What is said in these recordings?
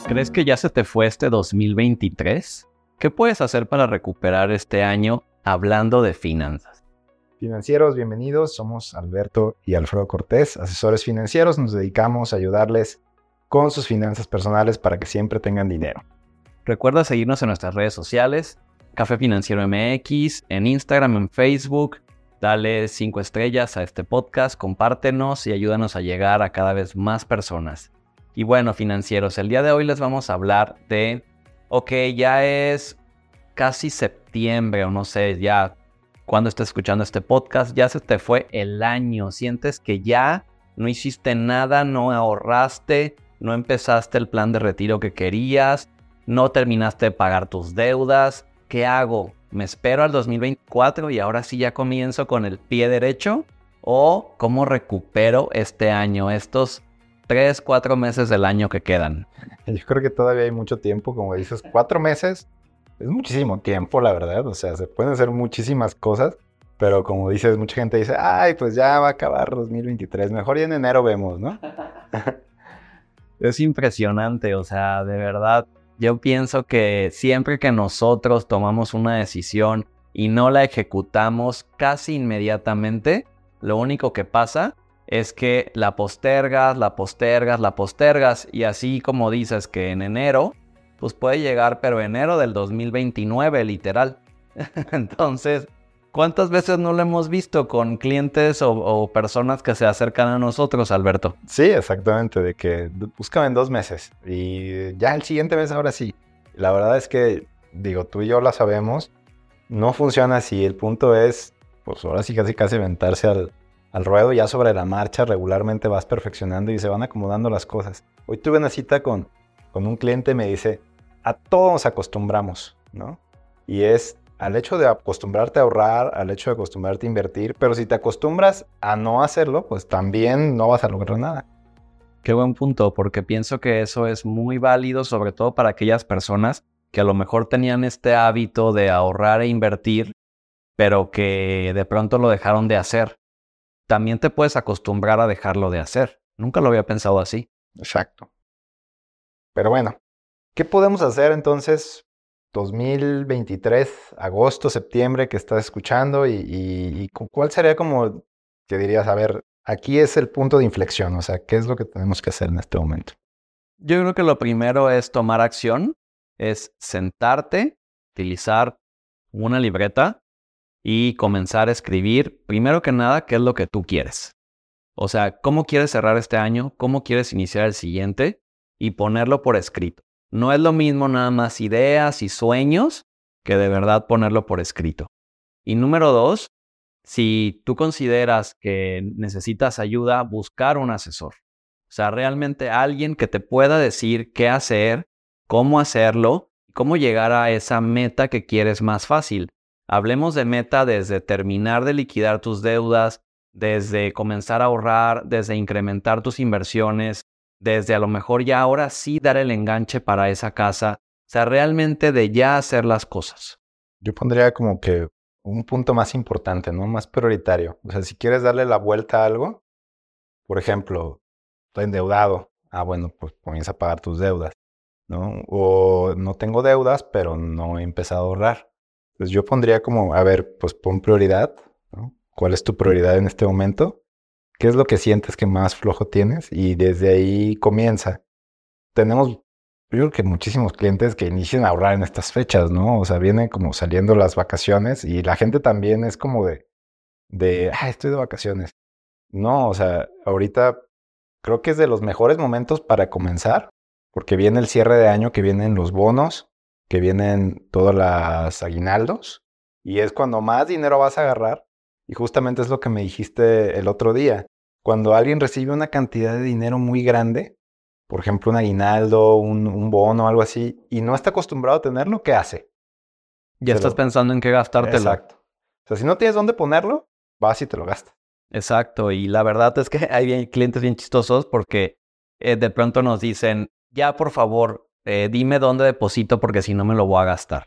¿Crees que ya se te fue este 2023? ¿Qué puedes hacer para recuperar este año hablando de finanzas? Financieros, bienvenidos. Somos Alberto y Alfredo Cortés, asesores financieros. Nos dedicamos a ayudarles con sus finanzas personales para que siempre tengan dinero. Recuerda seguirnos en nuestras redes sociales, Café Financiero MX, en Instagram, en Facebook. Dale 5 estrellas a este podcast, compártenos y ayúdanos a llegar a cada vez más personas. Y bueno, financieros, el día de hoy les vamos a hablar de, ya es casi septiembre o no sé, ya cuando estés escuchando este podcast, ya se te fue el año. Sientes que ya no hiciste nada, no ahorraste, no empezaste el plan de retiro que querías, no terminaste de pagar tus deudas. ¿Qué hago? ¿Me espero al 2024 y ahora sí ya comienzo con el pie derecho? ¿O cómo recupero este año, estos 3-4 meses del año que quedan? Yo creo que todavía hay mucho tiempo, como dices, 4 meses es muchísimo tiempo, la verdad. O sea, se pueden hacer muchísimas cosas, pero como dices, mucha gente dice, ay, pues ya va a acabar 2023, mejor ya en enero vemos, ¿no? Es impresionante, o sea, de verdad, yo pienso que siempre que nosotros tomamos una decisión y no la ejecutamos casi inmediatamente, lo único que pasa es que la postergas y así como dices que en enero, pues puede llegar, pero enero del 2029, literal. Entonces, ¿cuántas veces no lo hemos visto con clientes o personas que se acercan a nosotros, Alberto? Sí, exactamente, de que búscame en 2 meses y ya el siguiente mes ahora sí. La verdad es que, digo, tú y yo la sabemos, no funciona así. El punto es, pues ahora sí casi aventarse al ruedo, ya sobre la marcha, regularmente vas perfeccionando y se van acomodando las cosas. Hoy tuve una cita con un cliente y me dice, a todos nos acostumbramos, ¿no? Y es al hecho de acostumbrarte a ahorrar, al hecho de acostumbrarte a invertir, pero si te acostumbras a no hacerlo, pues también no vas a lograr nada. Qué buen punto, porque pienso que eso es muy válido, sobre todo para aquellas personas que a lo mejor tenían este hábito de ahorrar e invertir, pero que de pronto lo dejaron de hacer. También te puedes acostumbrar a dejarlo de hacer. Nunca lo había pensado así. Exacto. Pero bueno, ¿qué podemos hacer entonces 2023, agosto, septiembre, que estás escuchando? Y cuál sería como que dirías, a ver, aquí es el punto de inflexión, o sea, ¿qué es lo que tenemos que hacer en este momento? Yo creo que lo primero es tomar acción, es sentarte, utilizar una libreta y comenzar a escribir, primero que nada, qué es lo que tú quieres. O sea, cómo quieres cerrar este año, cómo quieres iniciar el siguiente y ponerlo por escrito. No es lo mismo nada más ideas y sueños que de verdad ponerlo por escrito. Y número 2, si tú consideras que necesitas ayuda, buscar un asesor. O sea, realmente alguien que te pueda decir qué hacer, cómo hacerlo, cómo llegar a esa meta que quieres más fácil. Hablemos de meta desde terminar de liquidar tus deudas, desde comenzar a ahorrar, desde incrementar tus inversiones, desde a lo mejor ya ahora sí dar el enganche para esa casa. O sea, realmente de ya hacer las cosas. Yo pondría como que un punto más importante, ¿no? Más prioritario. O sea, si quieres darle la vuelta a algo, por ejemplo, estoy endeudado. Ah, bueno, pues comienza a pagar tus deudas, ¿no? O no tengo deudas, pero no he empezado a ahorrar. Entonces yo pondría como, a ver, pues pon prioridad, ¿no? ¿Cuál es tu prioridad en este momento? ¿Qué es lo que sientes que más flojo tienes? Y desde ahí comienza. Tenemos, yo creo que muchísimos clientes que inician a ahorrar en estas fechas, ¿no? O sea, vienen como saliendo las vacaciones y la gente también es como estoy de vacaciones. No, o sea, ahorita creo que es de los mejores momentos para comenzar, porque viene el cierre de año, que vienen los bonos, que vienen todos los aguinaldos, y es cuando más dinero vas a agarrar, y justamente es lo que me dijiste el otro día. Cuando alguien recibe una cantidad de dinero muy grande, por ejemplo un aguinaldo, un bono, algo así, y no está acostumbrado a tenerlo, ¿qué hace? Ya estás pensando en qué gastártelo. Exacto. O sea, si no tienes dónde ponerlo, vas y te lo gastas. Exacto, y la verdad es que hay clientes bien chistosos porque de pronto nos dicen, ya por favor, dime dónde deposito porque si no me lo voy a gastar.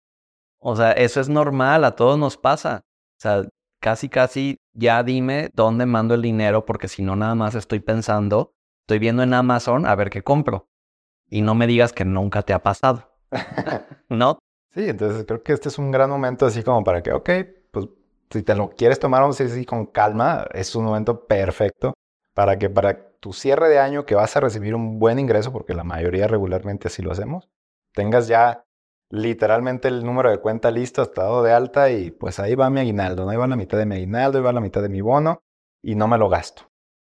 O sea, eso es normal, a todos nos pasa. O sea, casi ya dime dónde mando el dinero porque si no nada más estoy pensando, estoy viendo en Amazon a ver qué compro. y no me digas que nunca te ha pasado, ¿no? Sí, entonces creo que este es un gran momento así como para que, ok, pues si te lo quieres tomar así con calma, es un momento perfecto para que para tu cierre de año que vas a recibir un buen ingreso, porque la mayoría regularmente así lo hacemos, tengas ya literalmente el número de cuenta listo, estado de alta y pues ahí va mi aguinaldo, ¿no? Ahí va la mitad de mi aguinaldo, ahí va la mitad de mi bono y no me lo gasto.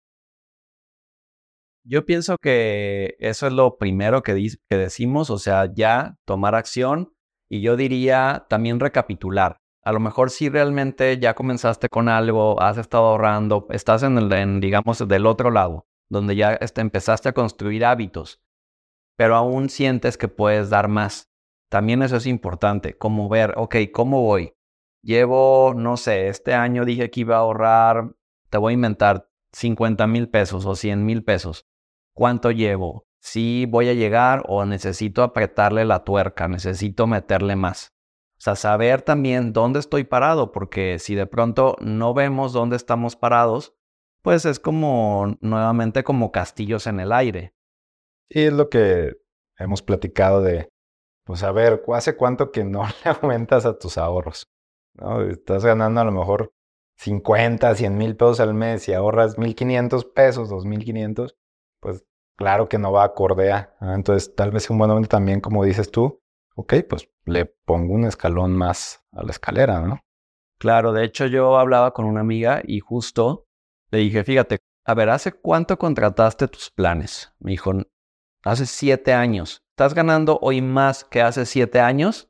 Yo pienso que eso es lo primero que decimos, o sea, ya tomar acción y yo diría también recapitular. A lo mejor si realmente ya comenzaste con algo, has estado ahorrando, estás digamos, del otro lado, donde ya empezaste a construir hábitos, pero aún sientes que puedes dar más. También eso es importante, como ver, ok, ¿cómo voy? Llevo, no sé, este año dije que iba a ahorrar, te voy a inventar 50,000 pesos o 100,000 pesos. ¿Cuánto llevo? ¿Sí voy a llegar o necesito apretarle la tuerca? Necesito meterle más. O sea, saber también dónde estoy parado, porque si de pronto no vemos dónde estamos parados, pues es como nuevamente como castillos en el aire. Y es lo que hemos platicado de, pues a ver, ¿hace cuánto que no le aumentas a tus ahorros? ¿No? Estás ganando a lo mejor 50, 100,000 pesos al mes y ahorras 1,500 pesos, 2,500, pues claro que no va acorde a. Entonces, tal vez un buen momento también, como dices tú, ok, pues le pongo un escalón más a la escalera, ¿no? Claro, de hecho yo hablaba con una amiga y justo le dije, fíjate, a ver, ¿hace cuánto contrataste tus planes? Me dijo, hace 7 años. ¿Estás ganando hoy más que hace 7 años?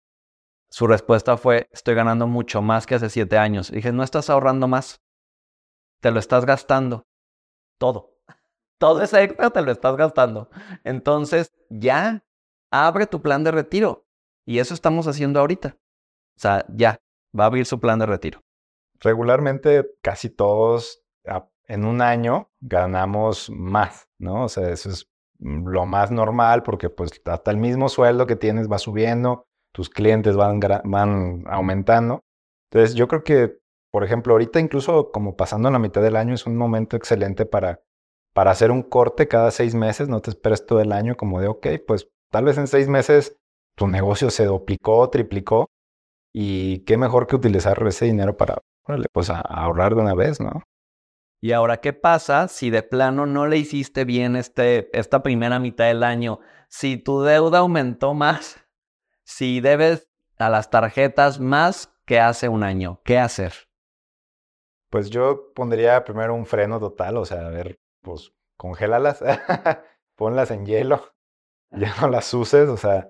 Su respuesta fue, estoy ganando mucho más que hace 7 años. Dije, no estás ahorrando más, te lo estás gastando todo. Todo ese extra te lo estás gastando. Entonces, ya, abre tu plan de retiro. Y eso estamos haciendo ahorita. O sea, ya, va a abrir su plan de retiro. Regularmente, casi todos en un año ganamos más, ¿no? O sea, eso es lo más normal porque pues hasta el mismo sueldo que tienes va subiendo, tus clientes van aumentando. Entonces, yo creo que, por ejemplo, ahorita incluso como pasando la mitad del año es un momento excelente para hacer un corte cada 6 meses, no te esperes todo el año como de, ok, pues tal vez en 6 meses tu negocio se duplicó, triplicó y qué mejor que utilizar ese dinero para, órale, pues a ahorrar de una vez, ¿no? Y ahora, ¿qué pasa si de plano no le hiciste bien esta primera mitad del año? Si tu deuda aumentó más, si debes a las tarjetas más que hace un año, ¿qué hacer? Pues yo pondría primero un freno total, o sea, a ver, pues congélalas, ponlas en hielo, ya no las uses, o sea,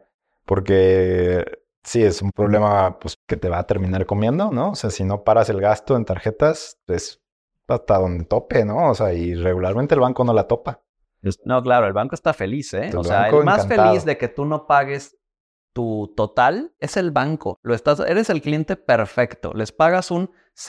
porque sí, es un problema pues que te va a terminar comiendo, ¿no? O sea, si no paras el gasto en tarjetas, pues hasta donde tope, ¿no? O sea, y regularmente el banco no la topa. No, claro, el banco está feliz, ¿eh? El O sea, banco el más feliz encantado. de que tú no pagues tu total es el banco. Eres el cliente perfecto. Les pagas un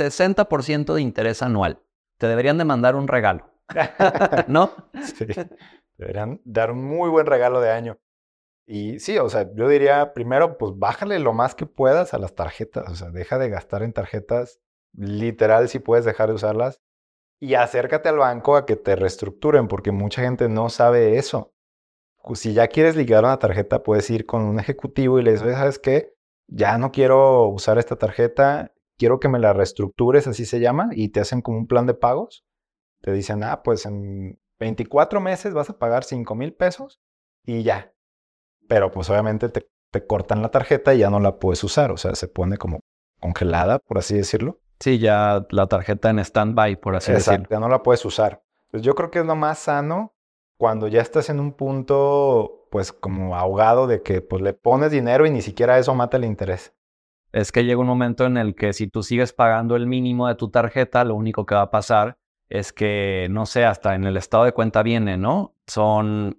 60% de interés anual. Te deberían de mandar un regalo, ¿no? Sí, deberían dar un muy buen regalo de año. Y sí, o sea, yo diría primero, pues bájale lo más que puedas a las tarjetas, o sea, deja de gastar en tarjetas, literal si puedes dejar de usarlas y acércate al banco a que te reestructuren, porque mucha gente no sabe eso. Si ya quieres liquidar una tarjeta, puedes ir con un ejecutivo y le dices, "Oye, ¿sabes qué? Ya no quiero usar esta tarjeta, quiero que me la reestructures, así se llama, y te hacen como un plan de pagos. Te dicen, pues en 24 meses vas a pagar 5,000 pesos y ya. Pero pues obviamente te cortan la tarjeta y ya no la puedes usar, o sea, se pone como congelada, por así decirlo. Sí, ya la tarjeta en stand-by, por así decirlo. Exacto, ya no la puedes usar. Entonces yo creo que es lo más sano cuando ya estás en un punto, pues como ahogado de que pues le pones dinero y ni siquiera eso mata el interés. Es que llega un momento en el que si tú sigues pagando el mínimo de tu tarjeta, lo único que va a pasar es que, no sé, hasta en el estado de cuenta viene, ¿no? Son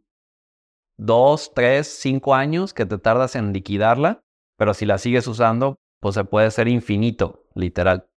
2, 3, 5 años que te tardas en liquidarla, pero si la sigues usando, pues se puede ser infinito, literal.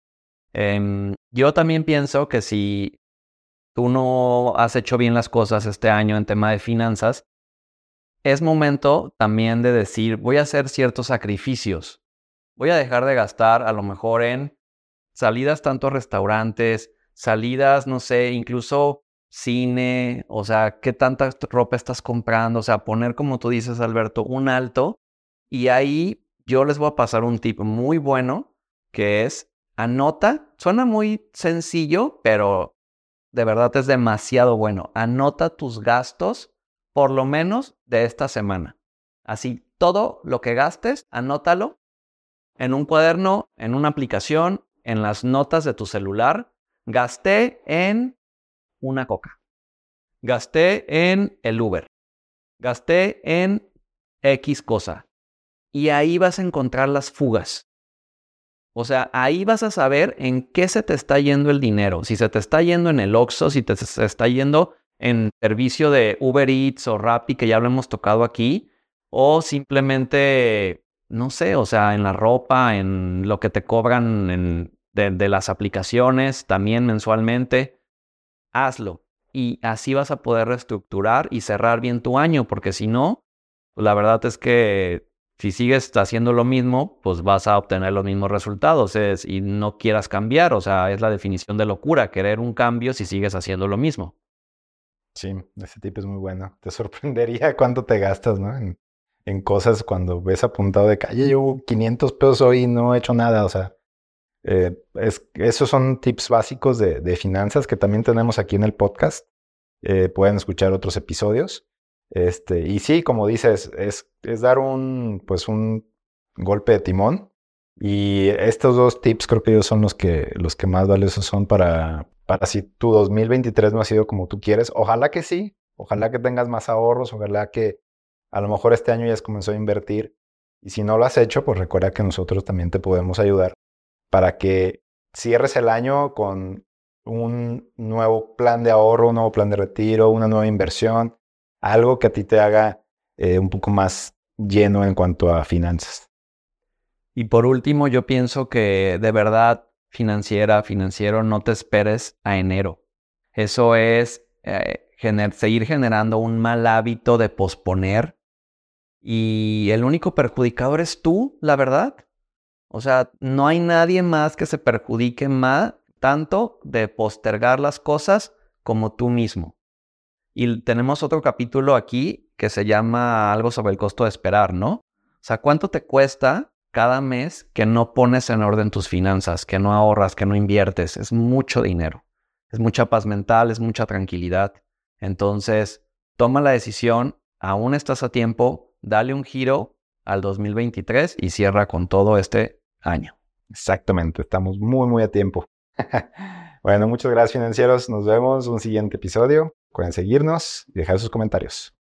Yo también pienso que si tú no has hecho bien las cosas este año en tema de finanzas, es momento también de decir, voy a hacer ciertos sacrificios. Voy a dejar de gastar a lo mejor en salidas tanto a restaurantes, salidas, no sé, incluso cine, o sea, qué tanta ropa estás comprando, o sea, poner, como tú dices, Alberto, un alto. Y ahí yo les voy a pasar un tip muy bueno, que es anota. Suena muy sencillo, pero de verdad es demasiado bueno. Anota tus gastos, por lo menos de esta semana. Así, todo lo que gastes, anótalo en un cuaderno, en una aplicación, en las notas de tu celular. Gasté en una coca. Gasté en el Uber. Gasté en X cosa. Y ahí vas a encontrar las fugas. O sea, ahí vas a saber en qué se te está yendo el dinero. Si se te está yendo en el Oxxo, si se está yendo en servicio de Uber Eats o Rappi, que ya lo hemos tocado aquí, o simplemente, no sé, o sea, en la ropa, en lo que te cobran de las aplicaciones, también mensualmente. Hazlo. Y así vas a poder reestructurar y cerrar bien tu año, porque si no, pues la verdad es que si sigues haciendo lo mismo, pues vas a obtener los mismos resultados y no quieras cambiar. O sea, es la definición de locura, querer un cambio si sigues haciendo lo mismo. Sí, ese tip es muy bueno. Te sorprendería cuánto te gastas, ¿no? En cosas cuando ves apuntado de calle, llevo 500 pesos hoy y no he hecho nada. O sea, esos son tips básicos de finanzas que también tenemos aquí en el podcast. Pueden escuchar otros episodios. Y sí, como dices, es dar pues un golpe de timón. Y estos dos tips creo que ellos son los que más valiosos son para si tu 2023 no ha sido como tú quieres. Ojalá que sí, ojalá que tengas más ahorros, ojalá que a lo mejor este año ya has comenzado a invertir. Y si no lo has hecho, pues recuerda que nosotros también te podemos ayudar para que cierres el año con un nuevo plan de ahorro, un nuevo plan de retiro, una nueva inversión, algo que a ti te haga un poco más lleno en cuanto a finanzas. Y por último, yo pienso que de verdad, financiero, no te esperes a enero. Eso es seguir generando un mal hábito de posponer. Y el único perjudicado eres tú, la verdad. O sea, no hay nadie más que se perjudique más tanto de postergar las cosas como tú mismo. Y tenemos otro capítulo aquí que se llama algo sobre el costo de esperar, ¿no? O sea, ¿cuánto te cuesta cada mes que no pones en orden tus finanzas, que no ahorras, que no inviertes? Es mucho dinero. Es mucha paz mental, es mucha tranquilidad. Entonces, toma la decisión, aún estás a tiempo, dale un giro al 2023 y cierra con todo este año. Exactamente, estamos muy, muy a tiempo. Bueno, muchas gracias financieros. Nos vemos en un siguiente episodio. Pueden seguirnos y dejar sus comentarios.